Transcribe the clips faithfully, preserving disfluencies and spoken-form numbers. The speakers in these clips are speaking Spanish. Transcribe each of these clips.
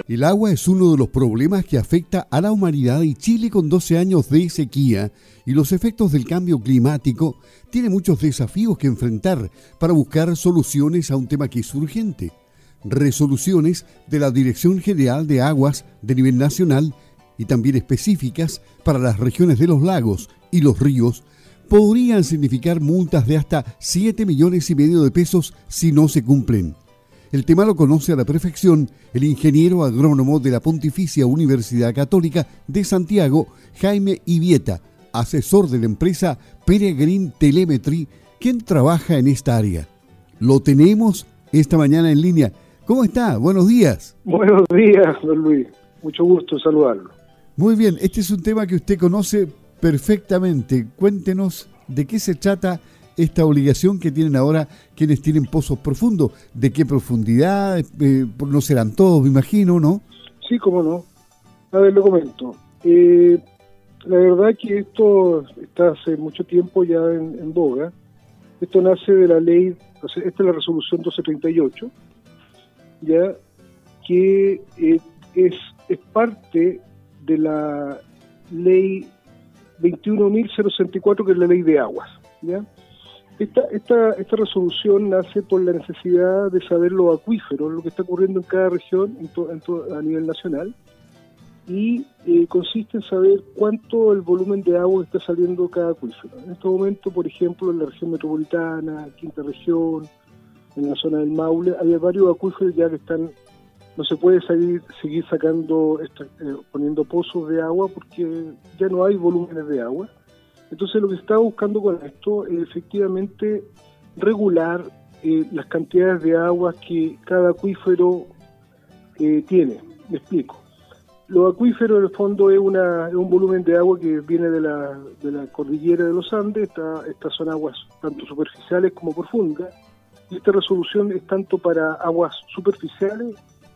El agua es uno de los problemas que afecta a la humanidad y Chile, con doce años de sequía y los efectos del cambio climático, tiene muchos desafíos que enfrentar para buscar soluciones a un tema que es urgente. Resoluciones de la Dirección General de Aguas de nivel nacional y también específicas para las regiones de los lagos y los ríos podrían significar multas de hasta siete millones y medio de pesos si no se cumplen. El tema lo conoce a la perfección el ingeniero agrónomo de la Pontificia Universidad Católica de Santiago, Jaime Ibieta, asesor de la empresa Peregrine Telemetry, quien trabaja en esta área. Lo tenemos esta mañana en línea. ¿Cómo está? Buenos días. Buenos días, don Luis. Mucho gusto saludarlo. Muy bien, este es un tema que usted conoce perfectamente. Cuéntenos de qué se trata esta obligación que tienen ahora quienes tienen pozos profundos. ¿De qué profundidad? Eh, no serán todos, me imagino, ¿no? Sí, cómo no. A ver, lo comento. Eh, la verdad que esto está hace mucho tiempo ya en, en boga. Esto nace de la ley, o sea, esta es la resolución doce treinta y ocho, ya que eh, es, es parte de la ley veintiuno mil sesenta y cuatro, que es la ley de aguas, ¿ya? Esta, esta, esta resolución nace por la necesidad de saber los acuíferos, lo que está ocurriendo en cada región en to, en to, a nivel nacional, y eh, consiste en saber cuánto el volumen de agua está saliendo cada acuífero. En este momento, por ejemplo, en la región metropolitana, quinta región, en la zona del Maule, hay varios acuíferos ya que están, no se puede seguir, seguir sacando, esta, eh, poniendo pozos de agua porque ya no hay volúmenes de agua. Entonces lo que se está buscando con esto es efectivamente regular eh, las cantidades de agua que cada acuífero eh, tiene. Me explico. Los acuíferos en el fondo es, una, es un volumen de agua que viene de la, de la cordillera de los Andes. Esta, estas son aguas tanto superficiales como profundas. Y esta resolución es tanto para aguas superficiales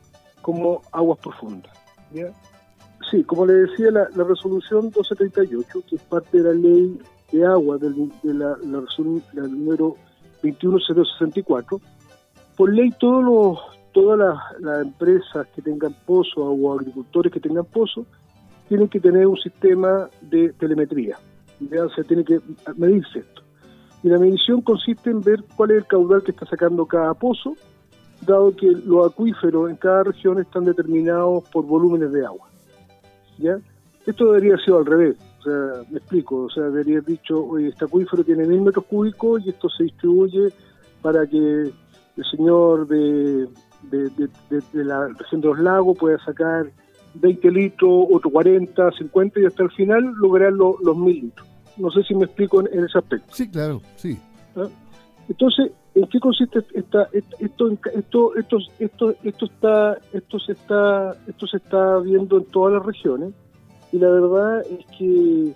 como aguas profundas, ¿ya? Sí, como le decía, la, la resolución doce treinta y ocho, que es parte de la ley de agua del, de la, la resolución la número veintiuno mil sesenta y cuatro, por ley todos los, todas las, las empresas que tengan pozos o agricultores que tengan pozos tienen que tener un sistema de telemetría, ¿ya? O sea, tiene que medirse esto. Y la medición consiste en ver cuál es el caudal que está sacando cada pozo, dado que los acuíferos en cada región están determinados por volúmenes de agua, ¿ya? Esto debería haber sido al revés, o sea, me explico, o sea, debería haber dicho, oye, este acuífero tiene mil metros cúbicos y esto se distribuye para que el señor de, de, de, de, de la región de los lagos pueda sacar veinte litros, otro cuarenta, cincuenta y hasta el final lograr lo, los mil litros. No sé si me explico en, en ese aspecto. Sí, claro, sí. ¿Ah? Entonces, ¿en qué consiste esta, esto, esto, esto, esto, esto, esto está, esto se está, esto se está viendo en todas las regiones? Y la verdad es que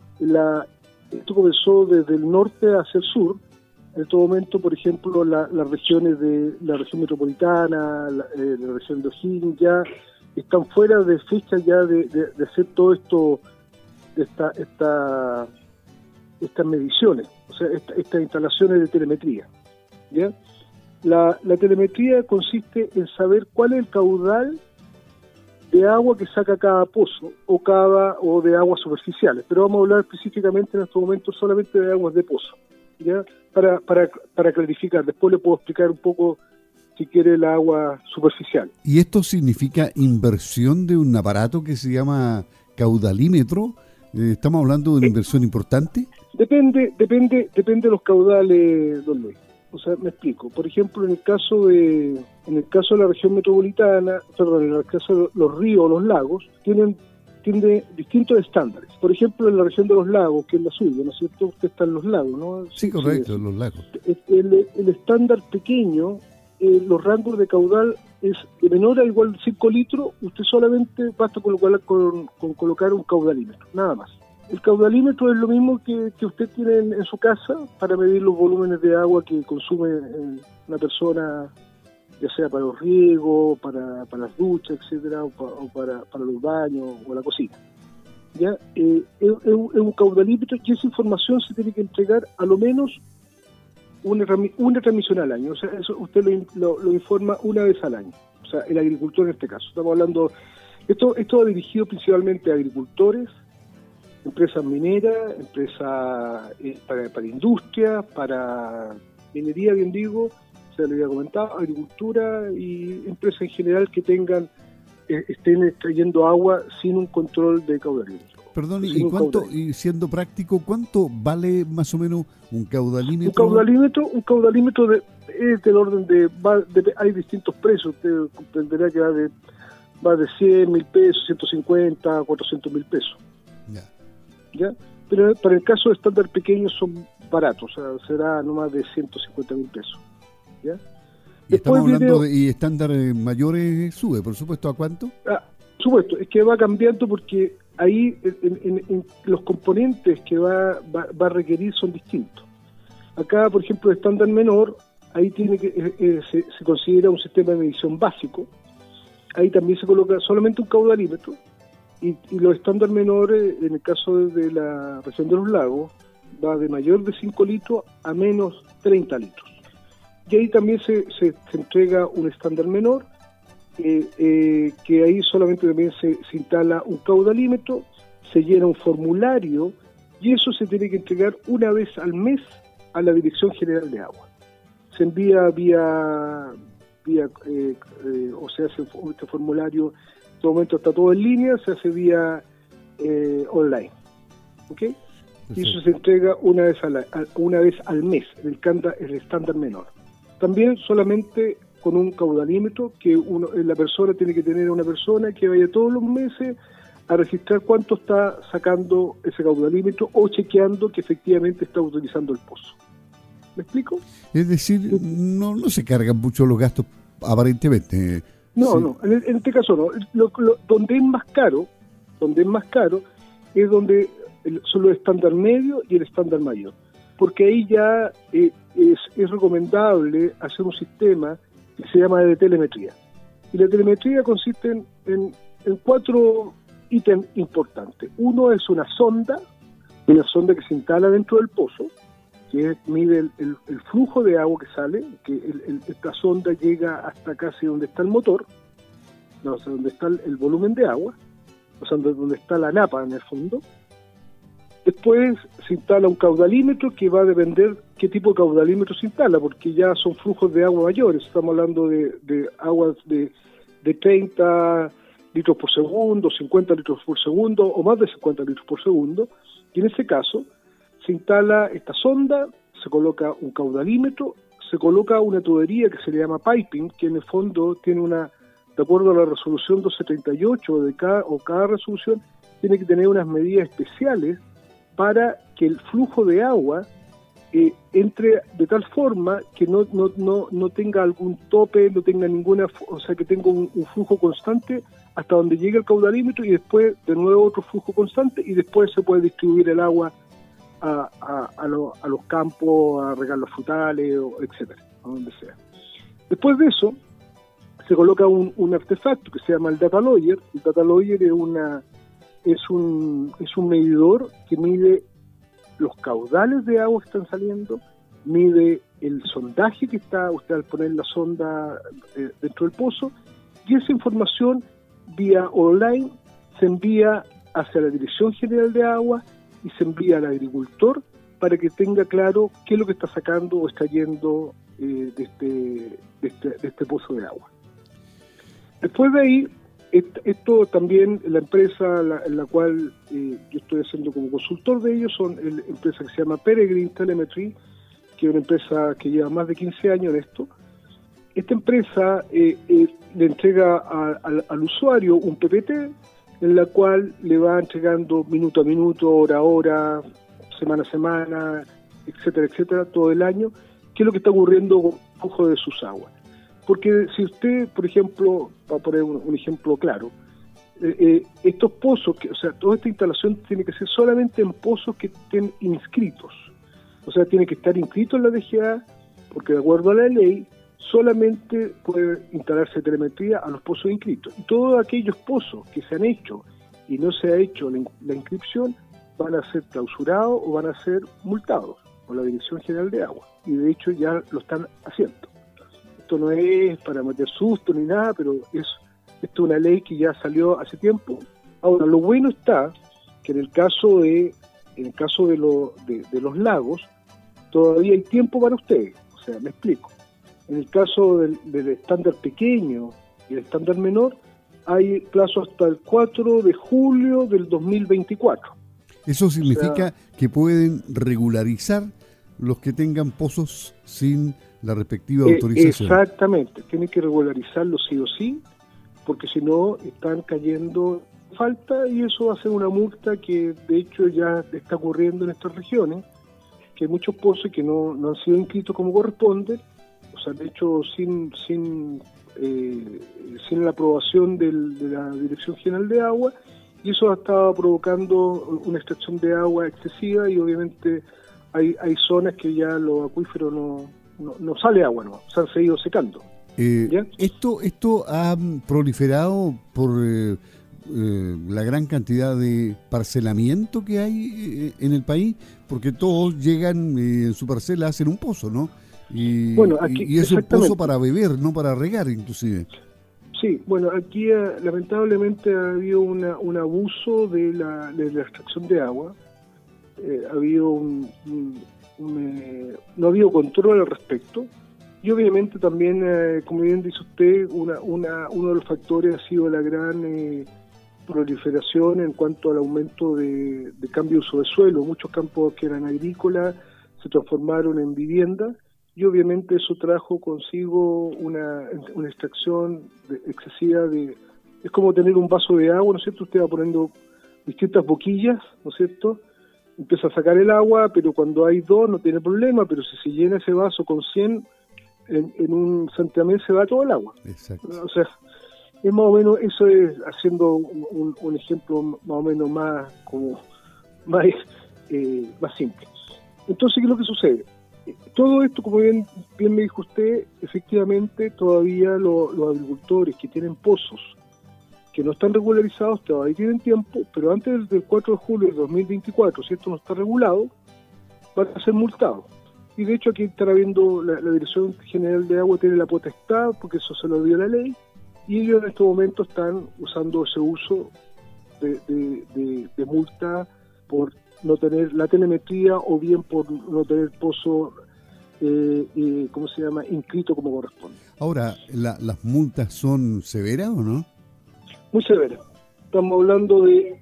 la, esto comenzó desde el norte hacia el sur. En este momento, por ejemplo, la, las regiones de la región metropolitana, la, eh, la región de O'Higgins ya están fuera de fecha ya de, de, de hacer todo esto, de esta, esta, estas mediciones, o sea, esta, estas instalaciones de telemetría, ¿ya? La, la telemetría consiste en saber cuál es el caudal de agua que saca cada pozo o cada o de aguas superficiales, pero vamos a hablar específicamente en este momento solamente de aguas de pozo, ¿ya? Para, para, para clarificar, después le puedo explicar un poco si quiere el agua superficial. ¿Y esto significa inversión de un aparato que se llama caudalímetro? ¿Estamos hablando de una inversión importante? Depende, depende, depende de los caudales, don Luis. O sea, me explico. Por ejemplo, en el caso de, en el caso de la región metropolitana, perdón, en el caso de los ríos o los lagos, tienen, tienen distintos estándares. Por ejemplo, en la región de los lagos, que es la suya, ¿no es cierto? Usted está en los lagos, ¿no? Sí, correcto, en los lagos. El, el estándar pequeño, eh, los rangos de caudal es de menor a igual de cinco litros, usted solamente basta colocar, con, con colocar un caudalímetro, nada más. El caudalímetro es lo mismo que, que usted tiene en, en su casa para medir los volúmenes de agua que consume eh, una persona, ya sea para los riegos, para, para las duchas, etcétera, o, pa, o para, para los baños o la cocina. ¿Ya? Eh, es, es, un, es un caudalímetro y esa información se tiene que entregar a lo menos una, una transmisión al año. O sea, eso usted lo, lo, lo informa una vez al año. O sea, sea, el agricultor en este caso. Estamos hablando, esto, esto va dirigido principalmente a agricultores, empresas mineras, empresas eh, para, para industria, para minería, bien digo, se lo había comentado, agricultura y empresas en general que tengan, eh, estén extrayendo agua sin un control de caudalímetro. Perdón, ¿y cuánto, y siendo práctico, cuánto vale más o menos un caudalímetro? Un caudalímetro, un caudalímetro de, es del orden de, va, de, hay distintos precios, usted comprenderá que va de, va de cien mil pesos, ciento cincuenta, cuatrocientos mil pesos. Ya. ¿Ya? Pero para el caso de estándar pequeños son baratos, o sea, será no más de ciento cincuenta mil pesos. ¿Ya? Y estamos hablando de, y estándar mayores sube, por supuesto, ¿a cuánto? Ah, por supuesto, es que va cambiando porque ahí en, en, en los componentes que va, va, va a requerir son distintos. Acá, por ejemplo, el estándar menor, ahí tiene que eh, eh, se, se considera un sistema de medición básico. Ahí también se coloca solamente un caudalímetro y, y los estándar menores, en el caso de la región de los lagos, va de mayor de cinco litros a menos treinta litros. Y ahí también se, se, se entrega un estándar menor, eh, eh, que ahí solamente también se, se instala un caudalímetro, se llena un formulario y eso se tiene que entregar una vez al mes a la Dirección General de Agua. Se envía vía, vía eh, eh, o sea, hace este formulario, en este momento está todo en línea, se hace vía eh, online. ¿Ok? Y eso se entrega una vez, a la, a, una vez al mes, el, el estándar menor. También solamente con un caudalímetro que uno, la persona tiene que tener una persona que vaya todos los meses a registrar cuánto está sacando ese caudalímetro o chequeando que efectivamente está utilizando el pozo. ¿Me explico? Es decir, no, no se cargan mucho los gastos aparentemente. No, sí. no, en, en este caso no. Lo, lo, donde es más caro, donde es más caro es donde el, son los estándar medio y el estándar mayor. Porque ahí ya eh, es, es recomendable hacer un sistema que se llama de telemetría. Y la telemetría consiste en, en, en cuatro ítems importantes. Uno es una sonda, una sonda que se instala dentro del pozo, que es, mide el, el, el flujo de agua que sale, que el, el, esta sonda llega hasta casi donde está el motor, no, o sea, donde está el, el volumen de agua, o sea, donde está la napa en el fondo. Después se instala un caudalímetro que va a depender qué tipo de caudalímetro se instala, porque ya son flujos de agua mayores, estamos hablando de, de aguas de, de treinta litros por segundo, cincuenta litros por segundo o más de cincuenta litros por segundo, y en ese caso se instala esta sonda, se coloca un caudalímetro, se coloca una tubería que se le llama piping, que en el fondo tiene una, de acuerdo a la resolución doscientos treinta y ocho de cada, o cada resolución, tiene que tener unas medidas especiales para que el flujo de agua eh, entre de tal forma que no, no, no, no tenga algún tope, no tenga ninguna, o sea, que tenga un, un flujo constante hasta donde llegue el caudalímetro y después de nuevo otro flujo constante y después se puede distribuir el agua a, a, a, lo, a los campos, a regar los frutales, o etcétera, a donde sea. Después de eso, se coloca un, un artefacto que se llama el data logger. El data logger es una es un es un medidor que mide los caudales de agua que están saliendo, mide el sondaje que está usted al poner la sonda eh, dentro del pozo, y esa información vía online se envía hacia la Dirección General de Agua y se envía al agricultor para que tenga claro qué es lo que está sacando o extrayendo eh, de, este, de, este, de este pozo de agua. Después de ahí, esto también, la empresa la, en la cual eh, yo estoy haciendo como consultor de ellos, son la empresa que se llama Peregrine Telemetry, que es una empresa que lleva más de quince años en esto. Esta empresa eh, eh, le entrega a, a, al usuario un P P T, en la cual le va entregando minuto a minuto, hora a hora, semana a semana, etcétera, etcétera, todo el año, qué es lo que está ocurriendo con el flujo de sus aguas. Porque si usted, por ejemplo, para poner un, un ejemplo claro, eh, eh, estos pozos, que, o sea, toda esta instalación tiene que ser solamente en pozos que estén inscritos. O sea, tiene que estar inscrito en la D G A, porque de acuerdo a la ley, solamente puede instalarse telemetría a los pozos inscritos. Y todos aquellos pozos que se han hecho y no se ha hecho la, la inscripción, van a ser clausurados o van a ser multados por la Dirección General de Agua. Y de hecho ya lo están haciendo. esto no es para meter susto ni nada, pero es esto es una ley que ya salió hace tiempo. Ahora, lo bueno está que en el caso de en el caso de, lo, de, de los lagos, todavía hay tiempo para ustedes. O sea, me explico. En el caso del, del estándar pequeño y el estándar menor, hay plazo hasta el cuatro de julio del dos mil veinticuatro. Eso significa o sea, que pueden regularizar los que tengan pozos sin la respectiva eh, autorización. Exactamente, tienen que regularizarlo sí o sí, porque si no están cayendo falta y eso va a ser una multa que de hecho ya está ocurriendo en estas regiones, que hay muchos pozos que no, no han sido inscritos como corresponde, o sea, de hecho sin sin eh, sin la aprobación del, de la Dirección General de Agua, y eso ha estado provocando una extracción de agua excesiva y obviamente hay, hay zonas que ya los acuíferos no, no, no sale agua, no, se han seguido secando. Eh, esto, esto ha proliferado por eh, eh, la gran cantidad de parcelamiento que hay eh, en el país, porque todos llegan eh, en su parcela, hacen un pozo, ¿no? Y, bueno, aquí, y es un pozo para beber, no para regar, inclusive. Sí, bueno, aquí eh, lamentablemente ha habido una, un abuso de la, de la extracción de agua, eh, ha habido un, un, un eh, no ha habido control al respecto. Y obviamente también, eh, como bien dice usted, una, una, uno de los factores ha sido la gran eh, proliferación en cuanto al aumento de, de cambio de uso de suelo. Muchos campos que eran agrícolas se transformaron en vivienda y obviamente eso trajo consigo una, una extracción de, excesiva de... Es como tener un vaso de agua, ¿no es cierto? Usted va poniendo distintas boquillas, ¿no es cierto? Empieza a sacar el agua, pero cuando hay dos no tiene problema, pero si se llena ese vaso con cien... En, en un santiamén se va todo el agua. Exacto. O sea, es más o menos, eso es haciendo un, un, un ejemplo más o menos más como más, eh, más simple. Entonces, ¿qué es lo que sucede? Todo esto, como bien, bien me dijo usted, efectivamente todavía lo, los agricultores que tienen pozos que no están regularizados todavía tienen tiempo, pero antes del cuatro de julio de dos mil veinticuatro, si esto no está regulado, van a ser multados. Y de hecho aquí estará viendo la, la Dirección General de Agua tiene la potestad, porque eso se lo dio la ley, y ellos en este momento están usando ese uso de, de, de, de multa por no tener la telemetría o bien por no tener pozo, eh, eh, ¿cómo se llama?, inscrito como corresponde. Ahora, la, ¿las multas son severas o no? Muy severas. Estamos hablando de,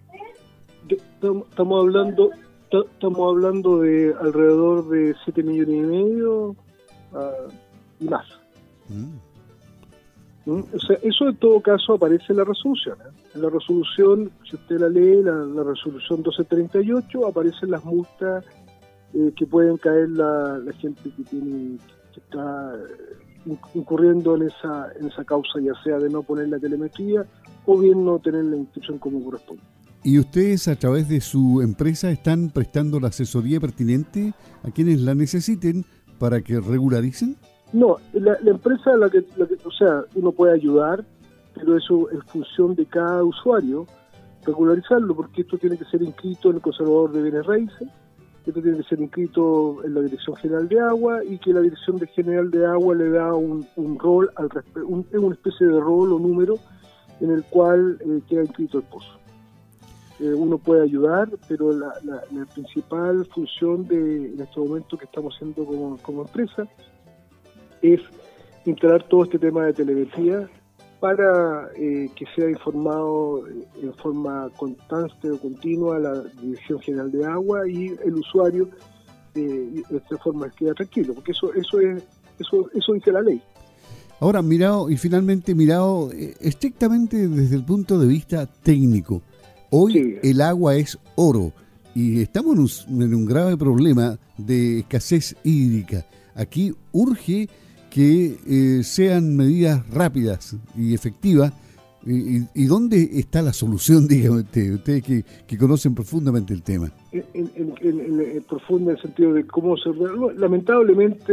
de estamos, estamos hablando... Estamos hablando de alrededor de siete millones y medio uh, y más. Mm. ¿Mm? O sea, eso en todo caso aparece en la resolución. ¿eh? En la resolución, si usted la lee, la, la resolución doce treinta y ocho, aparecen las multas eh, que pueden caer la, la gente que tiene que está incurriendo en esa, en esa causa, ya sea de no poner la telemetría o bien no tener la inscripción como corresponde. ¿Y ustedes a través de su empresa están prestando la asesoría pertinente a quienes la necesiten para que regularicen? No, la, la empresa, la que, la que, o sea, uno puede ayudar, pero eso es función de cada usuario, regularizarlo, porque esto tiene que ser inscrito en el conservador de bienes raíces, esto tiene que ser inscrito en la Dirección General de Agua y que la Dirección General de Agua le da un, un rol, al un, es una especie de rol o número en el cual eh, queda inscrito el pozo. Eh, uno puede ayudar, pero la, la, la principal función de en este momento que estamos haciendo como, como empresa es instalar todo este tema de telemetría para eh, que sea informado en forma constante o continua la Dirección General de Agua y el usuario eh, de esta forma queda tranquilo, porque eso eso es eso eso dice la ley. Ahora, mirado y finalmente mirado eh, estrictamente desde el punto de vista técnico. Hoy sí. El agua es oro y estamos en un, en un grave problema de escasez hídrica. Aquí urge que eh, sean medidas rápidas y efectivas. ¿Y, y, y dónde está la solución, dígame usted, ustedes que, que conocen profundamente el tema? En, en, en, en, en profundo en el sentido de cómo se... Lamentablemente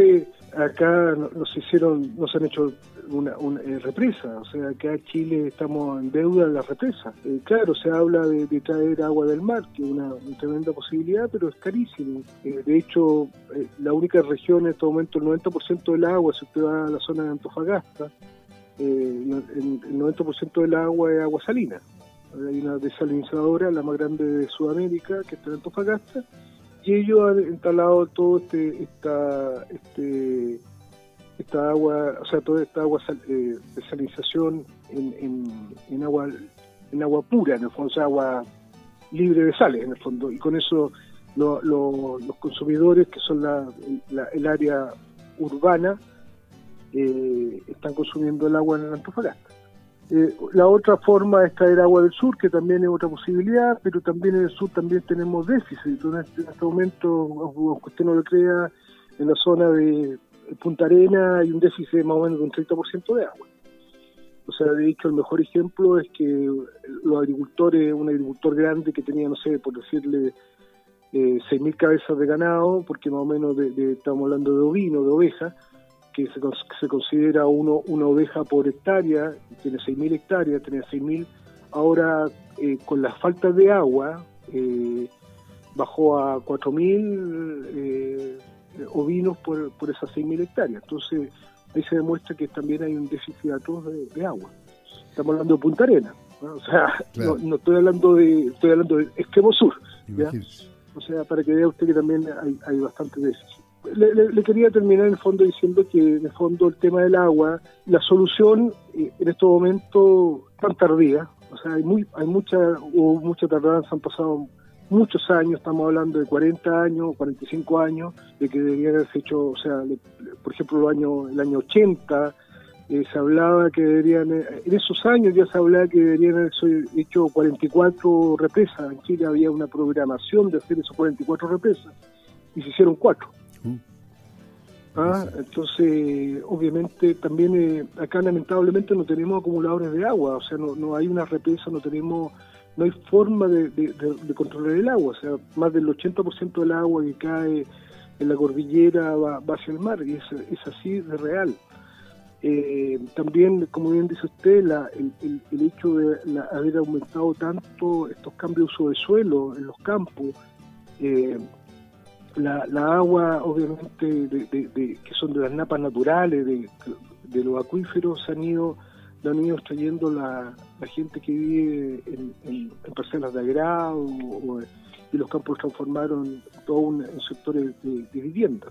acá no, no se hicieron, no se han hecho una, una eh, represa, o sea, acá en Chile estamos en deuda de la represa. Eh, claro, se habla de, de traer agua del mar, que es una, una tremenda posibilidad, pero es carísimo. Eh, de hecho, eh, la única región en este momento, el noventa por ciento del agua, si usted va a la zona de Antofagasta, eh, el, el noventa por ciento del agua es agua salina. Hay una desalinizadora, la más grande de Sudamérica, que está en Antofagasta, y ellos han instalado todo este esta este esta agua, o sea, toda esta agua eh, de salinización en, en, en agua en agua pura, en el fondo, o sea, agua libre de sales, en el fondo, y con eso lo, lo, los consumidores, que son la, la, el área urbana, eh, están consumiendo el agua en Antofagasta. Eh, la otra forma es traer agua del sur, que también es otra posibilidad, pero también en el sur también tenemos déficit. Entonces, en este momento, aunque usted no lo crea, en la zona de Punta Arenas hay un déficit de más o menos de un treinta por ciento de agua. O sea, de hecho, el mejor ejemplo es que los agricultores, un agricultor grande que tenía, no sé, por decirle, eh, seis mil cabezas de ganado, porque más o menos de, de, estamos hablando de ovino, de oveja, que se, se considera uno una oveja por hectárea, tiene seis mil hectáreas, tenía seis mil, ahora eh, con las faltas de agua eh, bajó a cuatro mil eh, ovinos por, por esas seis mil hectáreas. Entonces ahí se demuestra que también hay un déficit atroz de, de agua. Estamos hablando de Punta Arenas, ¿no? O sea, claro. no, no estoy hablando de estoy hablando de extremo sur, ¿ya? O sea, para que vea usted que también hay, hay bastante déficit. Le, le, le quería terminar en el fondo diciendo que en el fondo el tema del agua, la solución eh, en estos momentos tan tardía, o sea, hay muy hay mucha hubo mucha tardanza, han pasado muchos años, estamos hablando de cuarenta años, cuarenta y cinco años, de que deberían haberse hecho, o sea, le, por ejemplo, el año, el año ochenta, eh, se hablaba que deberían, en esos años ya se hablaba que deberían haberse hecho cuarenta y cuatro represas. En Chile había una programación de hacer esos cuarenta y cuatro represas, y se hicieron cuatro. Ah, entonces, obviamente, también eh, acá lamentablemente no tenemos acumuladores de agua, o sea, no, no hay una represa, no tenemos, no hay forma de, de, de, de controlar el agua, o sea, más del ochenta por ciento del agua que cae en la cordillera va, va hacia el mar, y es, es así de real. Eh, también, como bien dice usted, la, el, el, el hecho de la, haber aumentado tanto estos cambios de uso de suelo en los campos, eh, La, la agua, obviamente, de, de, de, que son de las napas naturales, de, de los acuíferos, se han ido, la han ido extrayendo la, la gente que vive en, en, en parcelas de agrado, o, y los campos transformaron todo un, en sectores de, de vivienda.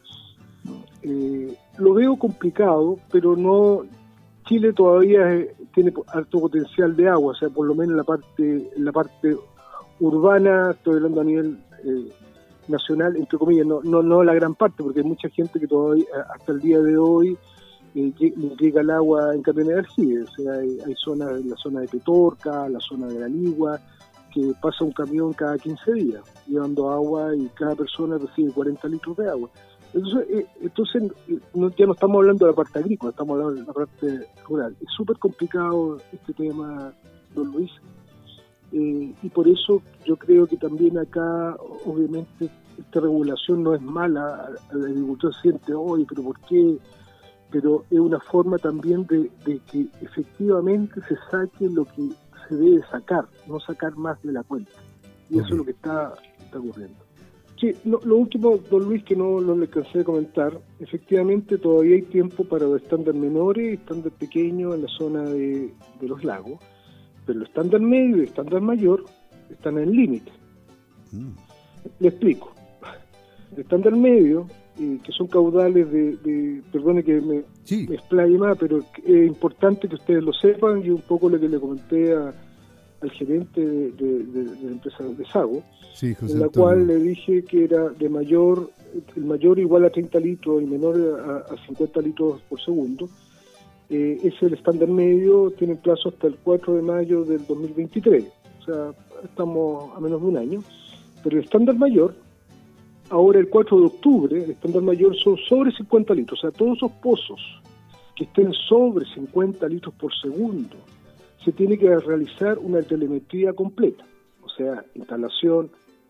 Eh, lo veo complicado, pero no. Chile todavía es, tiene alto potencial de agua, o sea, por lo menos en la parte, en la parte urbana, estoy hablando a nivel eh, nacional, entre comillas, no, no no la gran parte, porque hay mucha gente que todavía hasta el día de hoy eh, llega el agua en camión de energía. O sea, hay, hay zonas, en la zona de Petorca, la zona de la Ligua, que pasa un camión cada quince días llevando agua, y cada persona recibe cuarenta litros de agua. Entonces, eh, entonces no, ya no estamos hablando de la parte agrícola, estamos hablando de la parte rural. Es súper complicado este tema, don Luis. Eh, y por eso yo creo que también acá, obviamente, esta regulación no es mala. El agricultor siente, oye, pero ¿por qué? Pero es una forma también de, de que efectivamente se saque lo que se debe sacar, no sacar más de la cuenta. Y eso es lo que está, está ocurriendo. Sí, lo, lo último, don Luis, que no lo alcancé a comentar, efectivamente todavía hay tiempo para los estándares menores y estándares pequeños en la zona de, de los lagos. Pero el estándar medio y el estándar mayor están en límite. Mm. Le explico. El estándar medio, eh, que son caudales de, de perdone que me, sí. me explaye más, pero es importante que ustedes lo sepan, y un poco lo que le comenté a, al gerente de, de, de, de la empresa de Sago, sí, José en la Antonio. cual le dije que era de mayor, el mayor igual a treinta litros y menor a, a cincuenta litros por segundo. Eh, es el estándar medio, tiene plazo hasta el cuatro de mayo del dos mil veintitrés, o sea, estamos a menos de un año. Pero el estándar mayor, ahora el cuatro de octubre, el estándar mayor son sobre cincuenta litros, o sea, todos esos pozos que estén sobre cincuenta litros por segundo, se tiene que realizar una telemetría completa, o sea, instalación,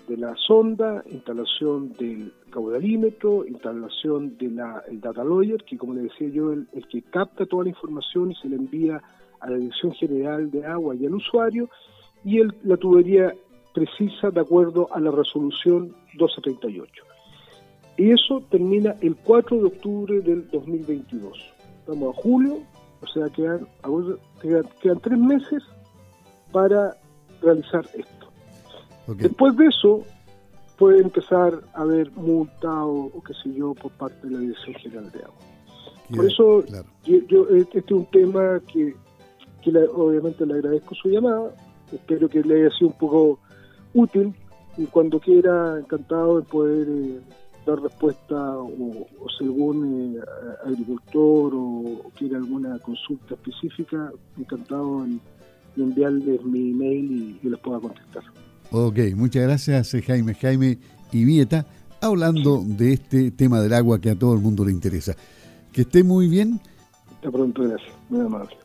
de la sonda, instalación del caudalímetro, instalación del data logger, que como le decía yo, el, el que capta toda la información y se le envía a la Dirección General de Agua y al usuario, y el, la tubería precisa de acuerdo a la resolución doce treinta y ocho. Y eso termina el cuatro de octubre del dos mil veintidós. Estamos a julio, o sea, quedan, quedan, quedan tres meses para realizar esto. Okay. Después de eso, puede empezar a haber multa o, o qué sé yo por parte de la Dirección General de Agua. Por yeah, eso, claro. yo, yo, este es un tema que, que la, obviamente le agradezco su llamada, espero que le haya sido un poco útil, y cuando quiera, encantado de poder eh, dar respuesta, o, o si algún eh, agricultor o, o quiere alguna consulta específica, encantado en, en enviarles mi email y, y les pueda contestar. Ok, muchas gracias Jaime. Jaime Ibieta, hablando sí. de este tema del agua que a todo el mundo le interesa. Que esté muy bien. Hasta pronto, gracias. Muy amable.